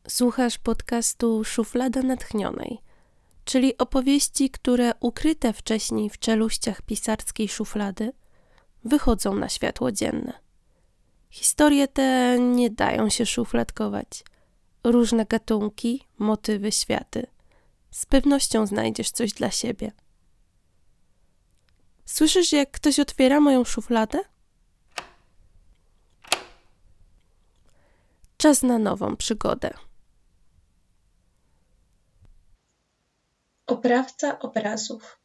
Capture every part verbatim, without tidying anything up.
Słuchasz podcastu Szuflada Natchnionej, czyli opowieści, które ukryte wcześniej w czeluściach pisarskiej szuflady wychodzą na światło dzienne. Historie te nie dają się szufladkować. Różne gatunki, motywy, światy. Z pewnością znajdziesz coś dla siebie. Słyszysz, jak ktoś otwiera moją szufladę? Czas na nową przygodę. Oprawca obrazów.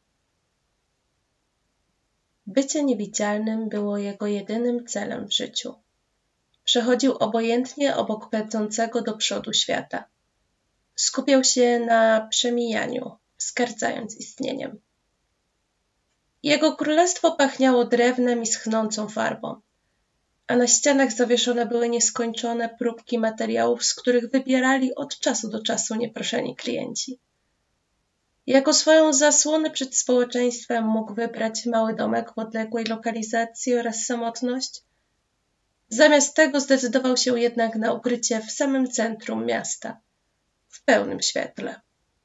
Bycie niewidzialnym było jego jedynym celem w życiu. Przechodził obojętnie obok pędzącego do przodu świata. Skupiał się na przemijaniu, wzgardzając istnieniem. Jego królestwo pachniało drewnem i schnącą farbą, a na ścianach zawieszone były nieskończone próbki materiałów, z których wybierali od czasu do czasu nieproszeni klienci. Jako swoją zasłonę przed społeczeństwem mógł wybrać mały domek w odległej lokalizacji oraz samotność. Zamiast tego zdecydował się jednak na ukrycie w samym centrum miasta, w pełnym świetle.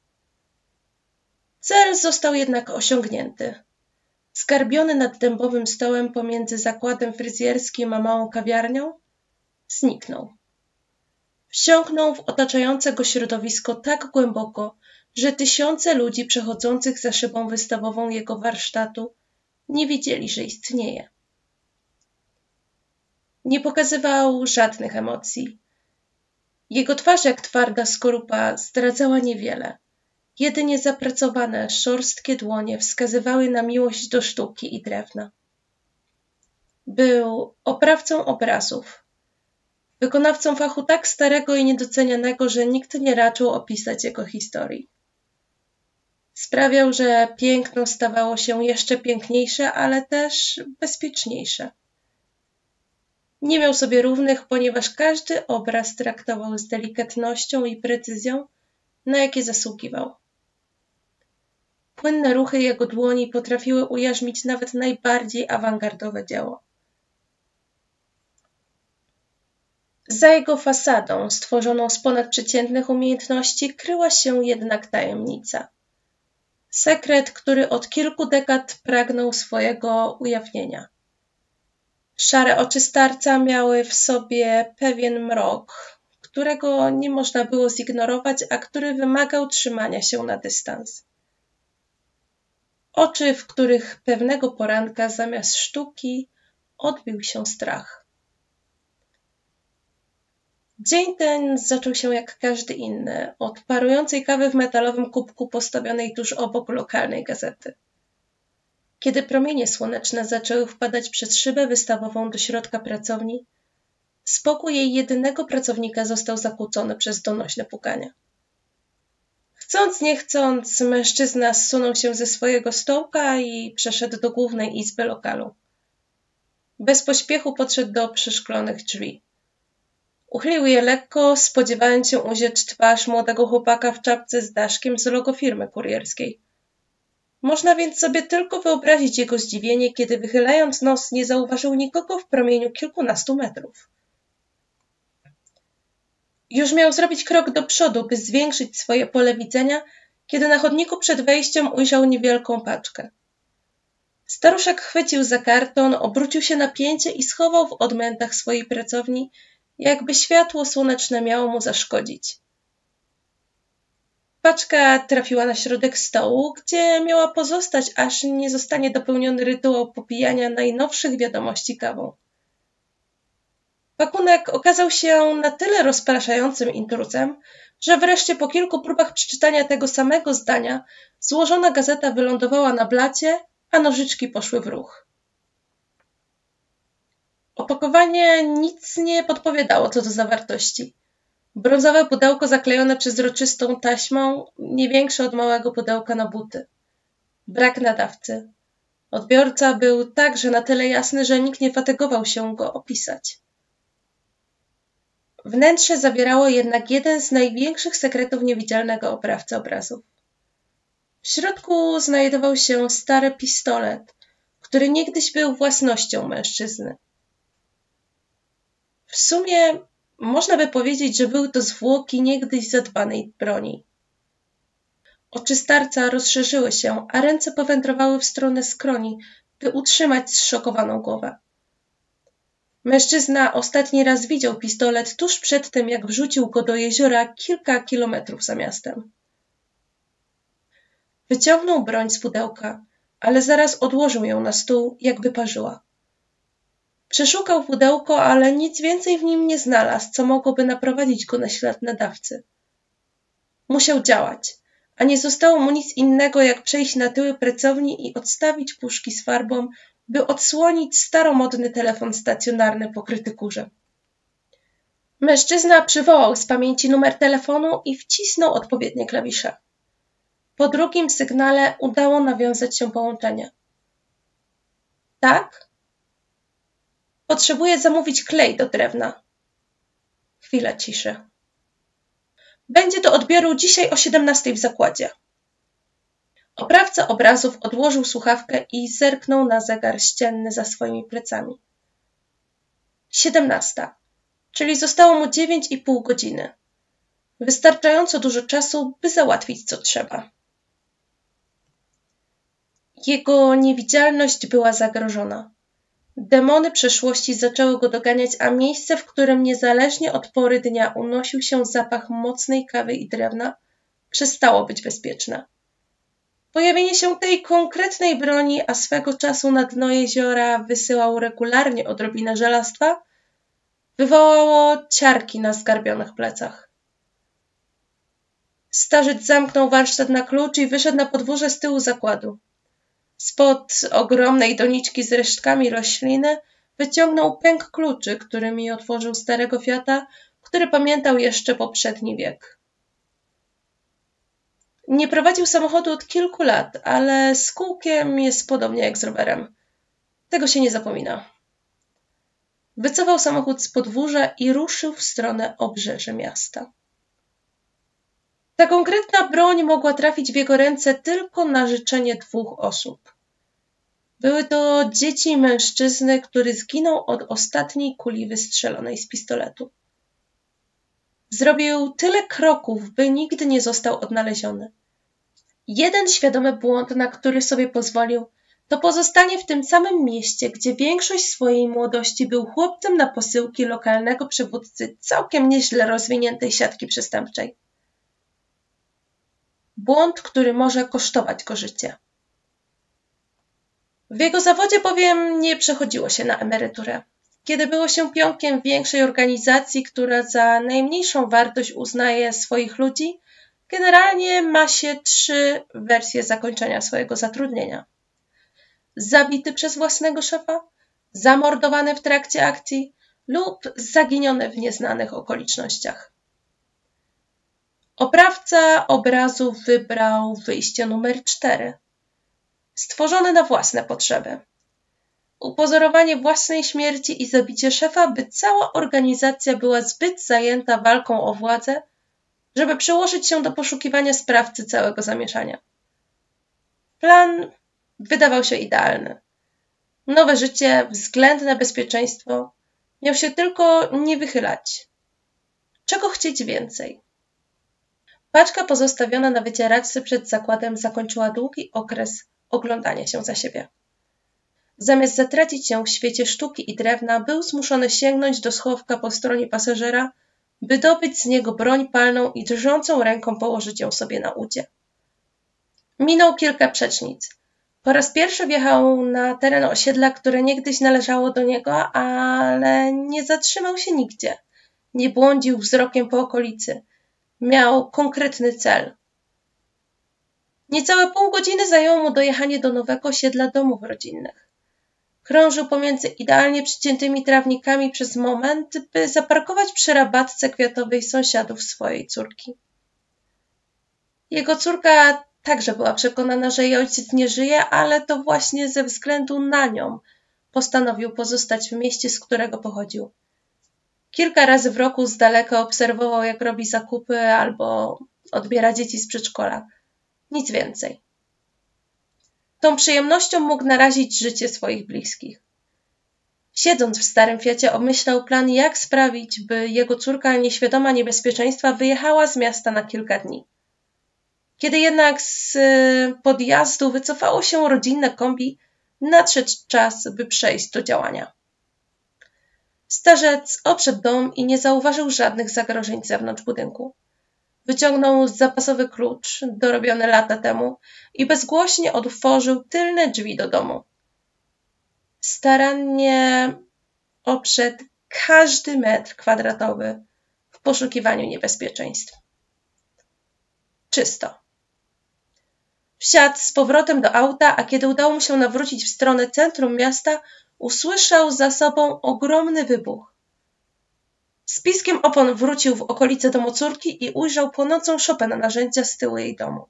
Cel został jednak osiągnięty. Skarbiony nad dębowym stołem pomiędzy zakładem fryzjerskim a małą kawiarnią, zniknął. Wsiąknął w otaczające go środowisko tak głęboko, że tysiące ludzi przechodzących za szybą wystawową jego warsztatu nie wiedzieli, że istnieje. Nie pokazywał żadnych emocji. Jego twarz, jak twarda skorupa, zdradzała niewiele. Jedynie zapracowane, szorstkie dłonie wskazywały na miłość do sztuki i drewna. Był oprawcą obrazów. Wykonawcą fachu tak starego i niedocenianego, że nikt nie raczył opisać jego historii. Sprawiał, że piękno stawało się jeszcze piękniejsze, ale też bezpieczniejsze. Nie miał sobie równych, ponieważ każdy obraz traktował z delikatnością i precyzją, na jakie zasługiwał. Płynne ruchy jego dłoni potrafiły ujarzmić nawet najbardziej awangardowe dzieło. Za jego fasadą, stworzoną z ponadprzeciętnych umiejętności, kryła się jednak tajemnica. Sekret, który od kilku dekad pragnął swojego ujawnienia. Szare oczy starca miały w sobie pewien mrok, którego nie można było zignorować, a który wymagał trzymania się na dystans. Oczy, w których pewnego poranka zamiast sztuki odbił się strach. Dzień ten zaczął się jak każdy inny, od parującej kawy w metalowym kubku postawionej tuż obok lokalnej gazety. Kiedy promienie słoneczne zaczęły wpadać przez szybę wystawową do środka pracowni, spokój jej jedynego pracownika został zakłócony przez donośne pukania. Chcąc nie chcąc, mężczyzna zsunął się ze swojego stołka i przeszedł do głównej izby lokalu. Bez pośpiechu podszedł do przeszklonych drzwi. Uchylił je lekko, spodziewając się ujrzeć twarz młodego chłopaka w czapce z daszkiem z logo firmy kurierskiej. Można więc sobie tylko wyobrazić jego zdziwienie, kiedy wychylając nos nie zauważył nikogo w promieniu kilkunastu metrów. Już miał zrobić krok do przodu, by zwiększyć swoje pole widzenia, kiedy na chodniku przed wejściem ujrzał niewielką paczkę. Staruszek chwycił za karton, obrócił się na pięcie i schował w odmętach swojej pracowni, jakby światło słoneczne miało mu zaszkodzić. Paczka trafiła na środek stołu, gdzie miała pozostać, aż nie zostanie dopełniony rytuał popijania najnowszych wiadomości kawą. Pakunek okazał się na tyle rozpraszającym intruzem, że wreszcie po kilku próbach przeczytania tego samego zdania złożona gazeta wylądowała na blacie, a nożyczki poszły w ruch. Opakowanie nic nie podpowiadało co do zawartości. Brązowe pudełko zaklejone przezroczystą taśmą, nie większe od małego pudełka na buty. Brak nadawcy. Odbiorca był także na tyle jasny, że nikt nie fatygował się go opisać. Wnętrze zawierało jednak jeden z największych sekretów niewidzialnego oprawcy obrazów. W środku znajdował się stary pistolet, który niegdyś był własnością mężczyzny. W sumie można by powiedzieć, że były to zwłoki niegdyś zadbanej broni. Oczy starca rozszerzyły się, a ręce powędrowały w stronę skroni, by utrzymać zszokowaną głowę. Mężczyzna ostatni raz widział pistolet tuż przed tym, jak wrzucił go do jeziora kilka kilometrów za miastem. Wyciągnął broń z pudełka, ale zaraz odłożył ją na stół, jakby parzyła. Przeszukał pudełko, ale nic więcej w nim nie znalazł, co mogłoby naprowadzić go na ślad nadawcy. Musiał działać, a nie zostało mu nic innego, jak przejść na tyły pracowni i odstawić puszki z farbą, by odsłonić staromodny telefon stacjonarny pokryty kurzem. Mężczyzna przywołał z pamięci numer telefonu i wcisnął odpowiednie klawisze. Po drugim sygnale udało nawiązać się połączenie. Tak? Potrzebuję zamówić klej do drewna. Chwila ciszy. Będzie do odbioru dzisiaj o siedemnastej w zakładzie. Oprawca obrazów odłożył słuchawkę i zerknął na zegar ścienny za swoimi plecami. Siedemnasta, czyli zostało mu dziewięć i pół godziny. Wystarczająco dużo czasu, by załatwić co trzeba. Jego niewidzialność była zagrożona. Demony przeszłości zaczęły go doganiać, a miejsce, w którym niezależnie od pory dnia unosił się zapach mocnej kawy i drewna, przestało być bezpieczne. Pojawienie się tej konkretnej broni, a swego czasu na dno jeziora wysyłał regularnie odrobinę żelastwa, wywołało ciarki na zgarbionych plecach. Starzec zamknął warsztat na klucz i wyszedł na podwórze z tyłu zakładu. Spod ogromnej doniczki z resztkami rośliny wyciągnął pęk kluczy, którymi otworzył starego Fiata, który pamiętał jeszcze poprzedni wiek. Nie prowadził samochodu od kilku lat, ale z kółkiem jest podobnie jak z rowerem. Tego się nie zapomina. Wycofał samochód z podwórza i ruszył w stronę obrzeży miasta. Ta konkretna broń mogła trafić w jego ręce tylko na życzenie dwóch osób. Były to dzieci mężczyzny, który zginął od ostatniej kuli wystrzelonej z pistoletu. Zrobił tyle kroków, by nigdy nie został odnaleziony. Jeden świadomy błąd, na który sobie pozwolił, to pozostanie w tym samym mieście, gdzie większość swojej młodości był chłopcem na posyłki lokalnego przywódcy całkiem nieźle rozwiniętej siatki przestępczej. Błąd, który może kosztować go życie. W jego zawodzie bowiem nie przechodziło się na emeryturę. Kiedy było się pionkiem większej organizacji, która za najmniejszą wartość uznaje swoich ludzi, generalnie ma się trzy wersje zakończenia swojego zatrudnienia. Zabity przez własnego szefa, zamordowany w trakcie akcji lub zaginiony w nieznanych okolicznościach. Oprawca obrazu wybrał wyjście numer cztery, stworzone na własne potrzeby. Upozorowanie własnej śmierci i zabicie szefa, by cała organizacja była zbyt zajęta walką o władzę, żeby przyłożyć się do poszukiwania sprawcy całego zamieszania. Plan wydawał się idealny. Nowe życie, względne bezpieczeństwo, miał się tylko nie wychylać. Czego chcieć więcej? Paczka pozostawiona na wycieraczce przed zakładem zakończyła długi okres oglądania się za siebie. Zamiast zatracić się w świecie sztuki i drewna, był zmuszony sięgnąć do schowka po stronie pasażera, by dobyć z niego broń palną i drżącą ręką położyć ją sobie na udzie. Minął kilka przecznic. Po raz pierwszy wjechał na teren osiedla, które niegdyś należało do niego, ale nie zatrzymał się nigdzie. Nie błądził wzrokiem po okolicy. Miał konkretny cel. Niecałe pół godziny zajęło mu dojechanie do nowego osiedla domów rodzinnych. Krążył pomiędzy idealnie przyciętymi trawnikami przez moment, by zaparkować przy rabatce kwiatowej sąsiadów swojej córki. Jego córka także była przekonana, że jej ojciec nie żyje, ale to właśnie ze względu na nią postanowił pozostać w mieście, z którego pochodził. Kilka razy w roku z daleka obserwował, jak robi zakupy albo odbiera dzieci z przedszkola. Nic więcej. Tą przyjemnością mógł narazić życie swoich bliskich. Siedząc w starym Fiacie, obmyślał plan, jak sprawić, by jego córka, nieświadoma niebezpieczeństwa, wyjechała z miasta na kilka dni. Kiedy jednak z podjazdu wycofało się rodzinne kombi, nadszedł czas, by przejść do działania. Starzec obszedł dom i nie zauważył żadnych zagrożeń z zewnątrz budynku. Wyciągnął zapasowy klucz, dorobiony lata temu, i bezgłośnie otworzył tylne drzwi do domu. Starannie obszedł każdy metr kwadratowy w poszukiwaniu niebezpieczeństw. Czysto. Wsiadł z powrotem do auta, a kiedy udało mu się nawrócić w stronę centrum miasta, usłyszał za sobą ogromny wybuch. Z piskiem opon wrócił w okolice domu córki i ujrzał płonącą szopę na narzędzia z tyłu jej domu.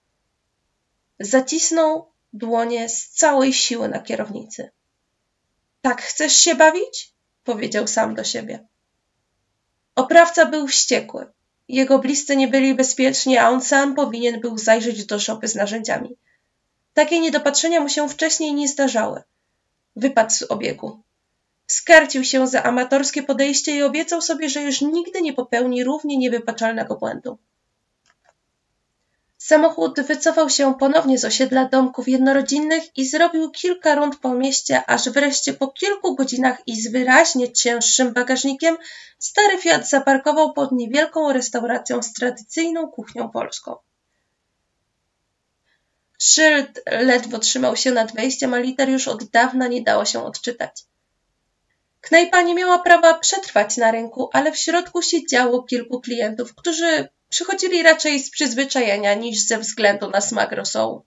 Zacisnął dłonie z całej siły na kierownicy. Tak chcesz się bawić? Powiedział sam do siebie. Oprawca był wściekły. Jego bliscy nie byli bezpieczni, a on sam powinien był zajrzeć do szopy z narzędziami. Takie niedopatrzenia mu się wcześniej nie zdarzały. Wypadł z obiegu. Skarcił się za amatorskie podejście i obiecał sobie, że już nigdy nie popełni równie niewybaczalnego błędu. Samochód wycofał się ponownie z osiedla domków jednorodzinnych i zrobił kilka rund po mieście, aż wreszcie po kilku godzinach i z wyraźnie cięższym bagażnikiem stary Fiat zaparkował pod niewielką restauracją z tradycyjną kuchnią polską. Szyld ledwo trzymał się nad wejściem, a liter już od dawna nie dało się odczytać. Knajpa nie miała prawa przetrwać na rynku, ale w środku siedziało kilku klientów, którzy przychodzili raczej z przyzwyczajenia niż ze względu na smak rosołu.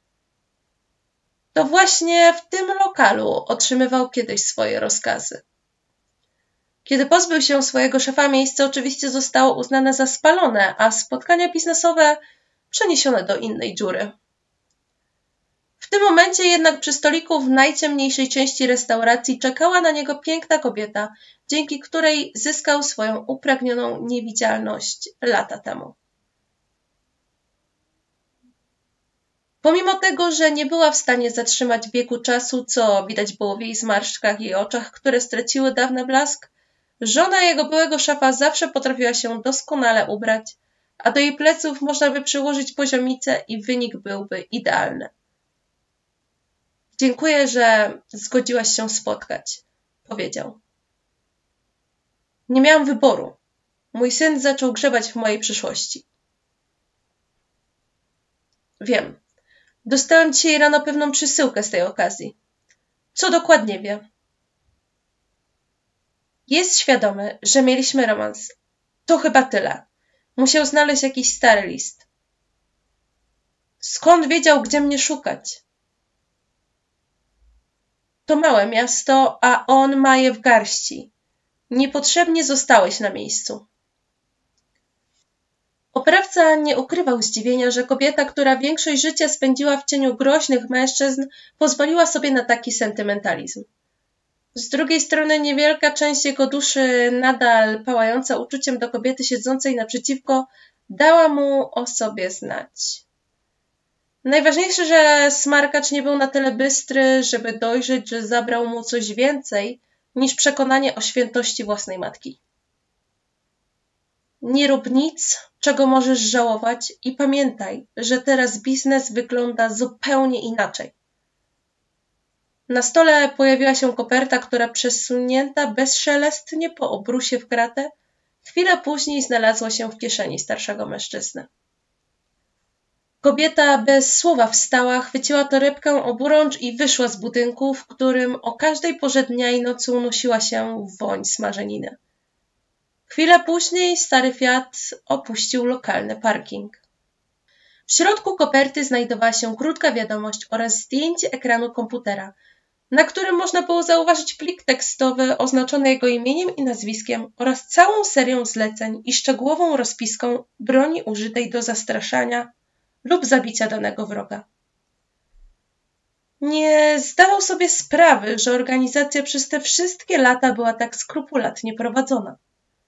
To właśnie w tym lokalu otrzymywał kiedyś swoje rozkazy. Kiedy pozbył się swojego szefa, miejsce oczywiście zostało uznane za spalone, a spotkania biznesowe przeniesione do innej dziury. W tym momencie jednak przy stoliku w najciemniejszej części restauracji czekała na niego piękna kobieta, dzięki której zyskał swoją upragnioną niewidzialność lata temu. Pomimo tego, że nie była w stanie zatrzymać biegu czasu, co widać było w jej zmarszczkach i oczach, które straciły dawny blask, żona jego byłego szefa zawsze potrafiła się doskonale ubrać, a do jej pleców można by przyłożyć poziomicę i wynik byłby idealny. Dziękuję, że zgodziłaś się spotkać, powiedział. Nie miałam wyboru. Mój syn zaczął grzebać w mojej przyszłości. Wiem. Dostałem dzisiaj rano pewną przesyłkę z tej okazji. Co dokładnie wie? Jest świadomy, że mieliśmy romans. To chyba tyle. Musiał znaleźć jakiś stary list. Skąd wiedział, gdzie mnie szukać? To małe miasto, a on ma je w garści. Niepotrzebnie zostałeś na miejscu. Oprawca nie ukrywał zdziwienia, że kobieta, która większość życia spędziła w cieniu groźnych mężczyzn, pozwoliła sobie na taki sentymentalizm. Z drugiej strony niewielka część jego duszy, nadal pałająca uczuciem do kobiety siedzącej naprzeciwko, dała mu o sobie znać. Najważniejsze, że smarkacz nie był na tyle bystry, żeby dojrzeć, że zabrał mu coś więcej niż przekonanie o świętości własnej matki. Nie rób nic, czego możesz żałować i pamiętaj, że teraz biznes wygląda zupełnie inaczej. Na stole pojawiła się koperta, która przesunięta bezszelestnie po obrusie w kratę, chwilę później znalazła się w kieszeni starszego mężczyzny. Kobieta bez słowa wstała, chwyciła torebkę oburącz i wyszła z budynku, w którym o każdej porze dnia i nocy unosiła się woń smażeniny. Chwilę później stary Fiat opuścił lokalny parking. W środku koperty znajdowała się krótka wiadomość oraz zdjęcie ekranu komputera, na którym można było zauważyć plik tekstowy oznaczony jego imieniem i nazwiskiem oraz całą serią zleceń i szczegółową rozpiską broni użytej do zastraszania lub zabicia danego wroga. Nie zdawał sobie sprawy, że organizacja przez te wszystkie lata była tak skrupulatnie prowadzona.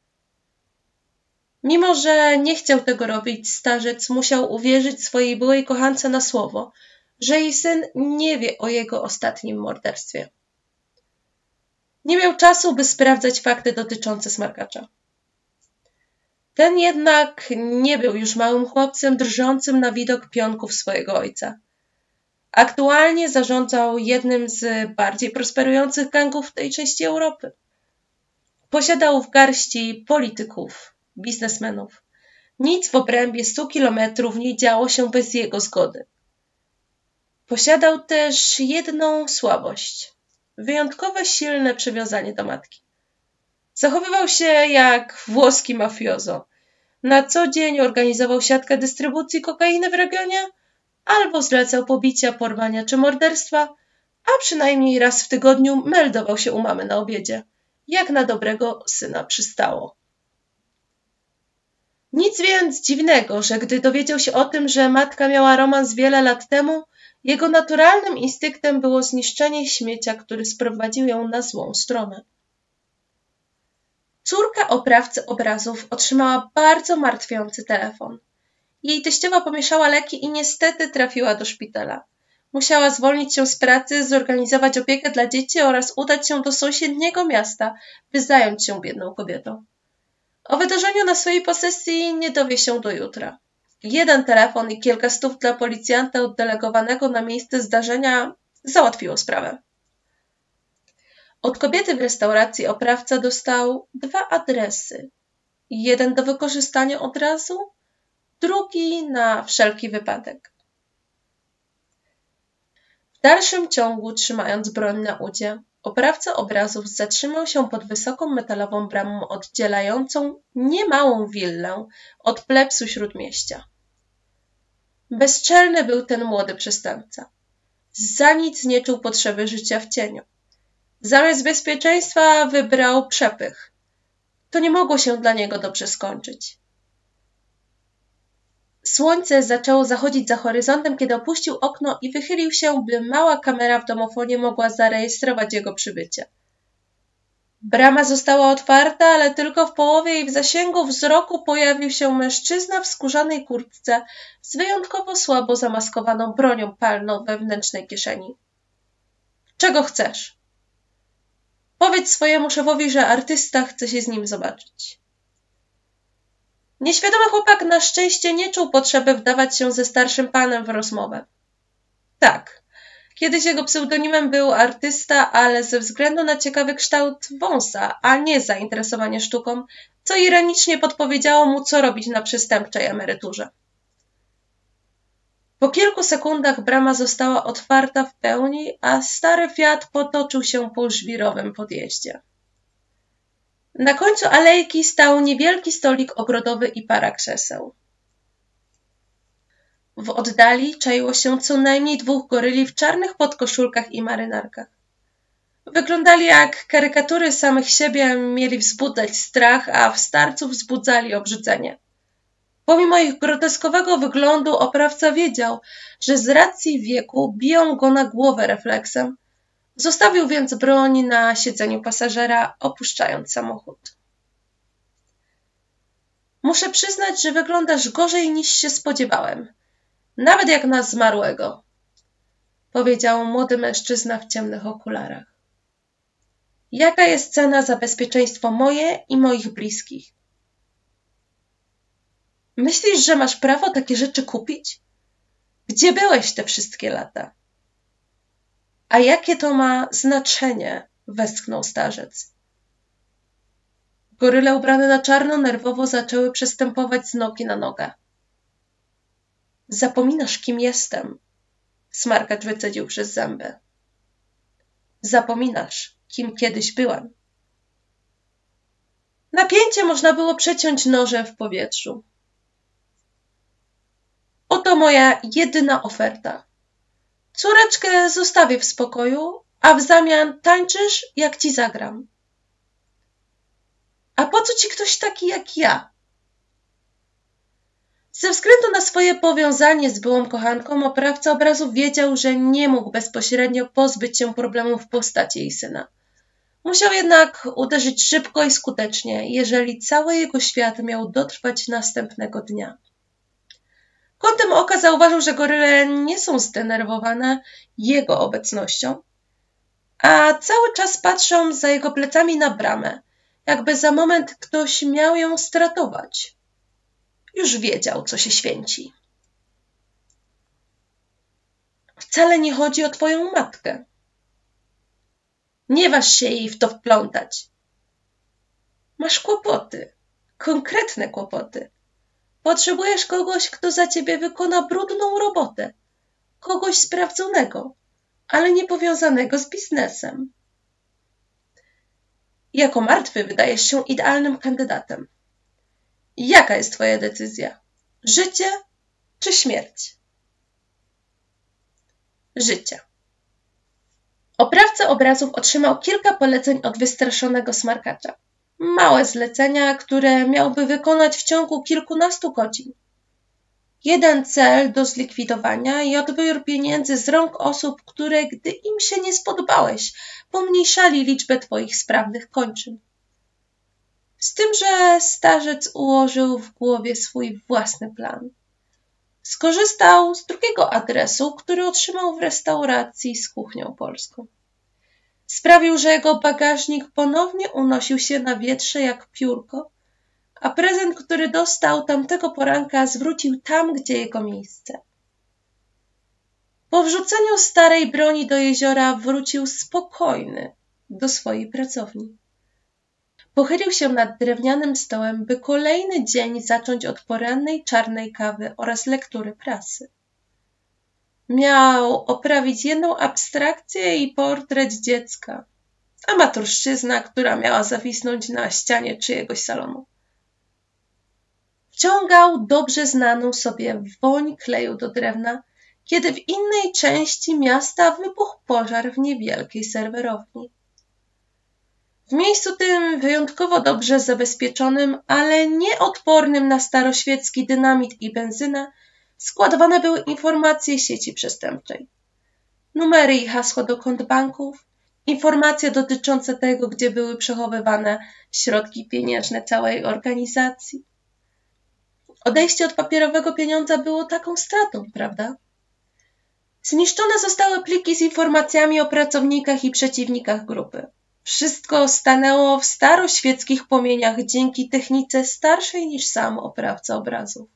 Mimo że nie chciał tego robić, starzec musiał uwierzyć swojej byłej kochance na słowo, że jej syn nie wie o jego ostatnim morderstwie. Nie miał czasu, by sprawdzać fakty dotyczące smarkacza. Ten jednak nie był już małym chłopcem drżącym na widok pionków swojego ojca. Aktualnie zarządzał jednym z bardziej prosperujących gangów w tej części Europy. Posiadał w garści polityków, biznesmenów. Nic w obrębie stu kilometrów nie działo się bez jego zgody. Posiadał też jedną słabość. Wyjątkowo silne przywiązanie do matki. Zachowywał się jak włoski mafiozo. Na co dzień organizował siatkę dystrybucji kokainy w regionie, albo zlecał pobicia, porwania czy morderstwa, a przynajmniej raz w tygodniu meldował się u mamy na obiedzie, jak na dobrego syna przystało. Nic więc dziwnego, że gdy dowiedział się o tym, że matka miała romans wiele lat temu, jego naturalnym instynktem było zniszczenie śmiecia, który sprowadził ją na złą stronę. Córka oprawcy obrazów otrzymała bardzo martwiący telefon. Jej teściowa pomieszała leki i niestety trafiła do szpitala. Musiała zwolnić się z pracy, zorganizować opiekę dla dzieci oraz udać się do sąsiedniego miasta, by zająć się biedną kobietą. O wydarzeniu na swojej posesji nie dowie się do jutra. Jeden telefon i kilka stów dla policjanta oddelegowanego na miejsce zdarzenia załatwiło sprawę. Od kobiety w restauracji oprawca dostał dwa adresy. Jeden do wykorzystania od razu, drugi na wszelki wypadek. W dalszym ciągu, trzymając broń na udzie, oprawca obrazów zatrzymał się pod wysoką metalową bramą oddzielającą niemałą willę od plebsu śródmieścia. Bezczelny był ten młody przestępca. Za nic nie czuł potrzeby życia w cieniu. Zamiast bezpieczeństwa wybrał przepych. To nie mogło się dla niego dobrze skończyć. Słońce zaczęło zachodzić za horyzontem, kiedy opuścił okno i wychylił się, by mała kamera w domofonie mogła zarejestrować jego przybycie. Brama została otwarta, ale tylko w połowie i w zasięgu wzroku pojawił się mężczyzna w skórzanej kurtce z wyjątkowo słabo zamaskowaną bronią palną we wewnętrznej kieszeni. Czego chcesz? Powiedz swojemu szefowi, że artysta chce się z nim zobaczyć. Nieświadomy chłopak na szczęście nie czuł potrzeby wdawać się ze starszym panem w rozmowę. Tak, kiedyś jego pseudonimem był artysta, ale ze względu na ciekawy kształt wąsa, a nie zainteresowanie sztuką, co ironicznie podpowiedziało mu, co robić na przestępczej emeryturze. Po kilku sekundach brama została otwarta w pełni, a stary Fiat potoczył się po żwirowym podjeździe. Na końcu alejki stał niewielki stolik ogrodowy i para krzeseł. W oddali czaiło się co najmniej dwóch goryli w czarnych podkoszulkach i marynarkach. Wyglądali jak karykatury samych siebie, mieli wzbudzać strach, a w starcu wzbudzali obrzydzenie. Pomimo ich groteskowego wyglądu oprawca wiedział, że z racji wieku biją go na głowę refleksem. Zostawił więc broń na siedzeniu pasażera, opuszczając samochód. Muszę przyznać, że wyglądasz gorzej niż się spodziewałem. Nawet jak na zmarłego, powiedział młody mężczyzna w ciemnych okularach. Jaka jest cena za bezpieczeństwo moje i moich bliskich? Myślisz, że masz prawo takie rzeczy kupić? Gdzie byłeś te wszystkie lata? A jakie to ma znaczenie? Westchnął starzec. Goryle ubrane na czarno nerwowo zaczęły przestępować z nogi na nogę. Zapominasz, kim jestem, smarkacz wycedził przez zęby. Zapominasz, kim kiedyś byłem. Napięcie można było przeciąć nożem w powietrzu. Oto moja jedyna oferta. Córeczkę zostawię w spokoju, a w zamian tańczysz, jak ci zagram. A po co ci ktoś taki jak ja? Ze względu na swoje powiązanie z byłą kochanką, oprawca obrazów wiedział, że nie mógł bezpośrednio pozbyć się problemu w postaci jej syna. Musiał jednak uderzyć szybko i skutecznie, jeżeli cały jego świat miał dotrwać następnego dnia. Kątem oka zauważył, że goryle nie są zdenerwowane jego obecnością. a cały czas patrzą za jego plecami na bramę, jakby za moment ktoś miał ją stratować. Już wiedział, co się święci. Wcale nie chodzi o twoją matkę. Nie waż się jej w to wplątać. Masz kłopoty, konkretne kłopoty. Potrzebujesz kogoś, kto za ciebie wykona brudną robotę. Kogoś sprawdzonego, ale nie powiązanego z biznesem. Jako martwy wydajesz się idealnym kandydatem. Jaka jest twoja decyzja? Życie czy śmierć? Życie. Oprawca obrazów otrzymał kilka poleceń od wystraszonego smarkacza. Małe zlecenia, które miałby wykonać w ciągu kilkunastu godzin. Jeden cel do zlikwidowania i odbiór pieniędzy z rąk osób, które, gdy im się nie spodobałeś, pomniejszali liczbę twoich sprawnych kończyn. Z tym, że starzec ułożył w głowie swój własny plan. Skorzystał z drugiego adresu, który otrzymał w restauracji z kuchnią polską. Sprawił, że jego bagażnik ponownie unosił się na wietrze jak piórko, a prezent, który dostał tamtego poranka, zwrócił tam, gdzie jego miejsce. Po wrzuceniu starej broni do jeziora wrócił spokojny do swojej pracowni. Pochylił się nad drewnianym stołem, by kolejny dzień zacząć od porannej czarnej kawy oraz lektury prasy. Miał oprawić jedną abstrakcję i portret dziecka. Amatorszczyzna, która miała zawisnąć na ścianie czyjegoś salonu. Wciągał dobrze znaną sobie woń kleju do drewna, kiedy w innej części miasta wybuchł pożar w niewielkiej serwerowni. W miejscu tym wyjątkowo dobrze zabezpieczonym, ale nieodpornym na staroświecki dynamit i benzynę, składowane były informacje sieci przestępczej. Numery i hasła do kont banków, informacje dotyczące tego, gdzie były przechowywane środki pieniężne całej organizacji. Odejście od papierowego pieniądza było taką stratą, prawda? Zniszczone zostały pliki z informacjami o pracownikach i przeciwnikach grupy. Wszystko stanęło w staroświeckich płomieniach dzięki technice starszej niż sam oprawca obrazów.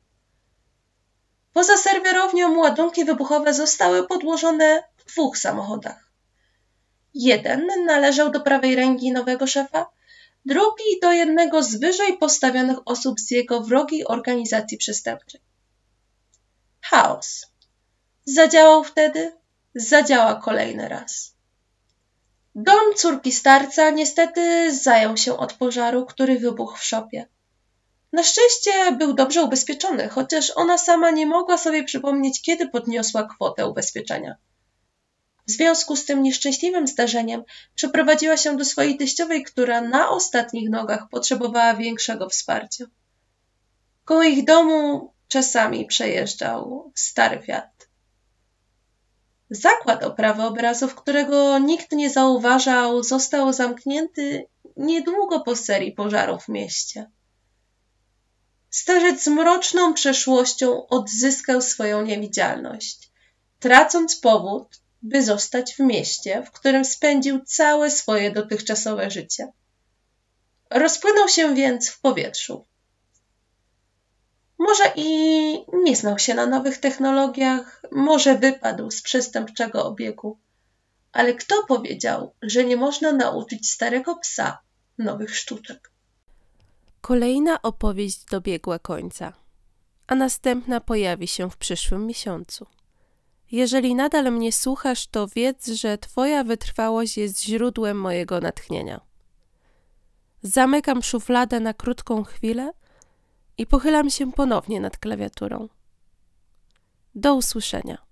Poza serwerownią ładunki wybuchowe zostały podłożone w dwóch samochodach. Jeden należał do prawej ręki nowego szefa, drugi do jednego z wyżej postawionych osób z jego wrogiej organizacji przestępczej. Chaos. Zadziałał wtedy, zadziała kolejny raz. Dom córki starca niestety zajął się od pożaru, który wybuchł w szopie. Na szczęście był dobrze ubezpieczony, chociaż ona sama nie mogła sobie przypomnieć, kiedy podniosła kwotę ubezpieczenia. W związku z tym nieszczęśliwym zdarzeniem przeprowadziła się do swojej teściowej, która na ostatnich nogach potrzebowała większego wsparcia. Koło ich domu czasami przejeżdżał stary Fiat. Zakład oprawy obrazów, którego nikt nie zauważał, został zamknięty niedługo po serii pożarów w mieście. Starzec z mroczną przeszłością odzyskał swoją niewidzialność, tracąc powód, by zostać w mieście, w którym spędził całe swoje dotychczasowe życie. Rozpłynął się więc w powietrzu. Może i nie znał się na nowych technologiach, może wypadł z przestępczego obiegu, ale kto powiedział, że nie można nauczyć starego psa nowych sztuczek? Kolejna opowieść dobiegła końca, a następna pojawi się w przyszłym miesiącu. Jeżeli nadal mnie słuchasz, to wiedz, że twoja wytrwałość jest źródłem mojego natchnienia. Zamykam szufladę na krótką chwilę i pochylam się ponownie nad klawiaturą. Do usłyszenia.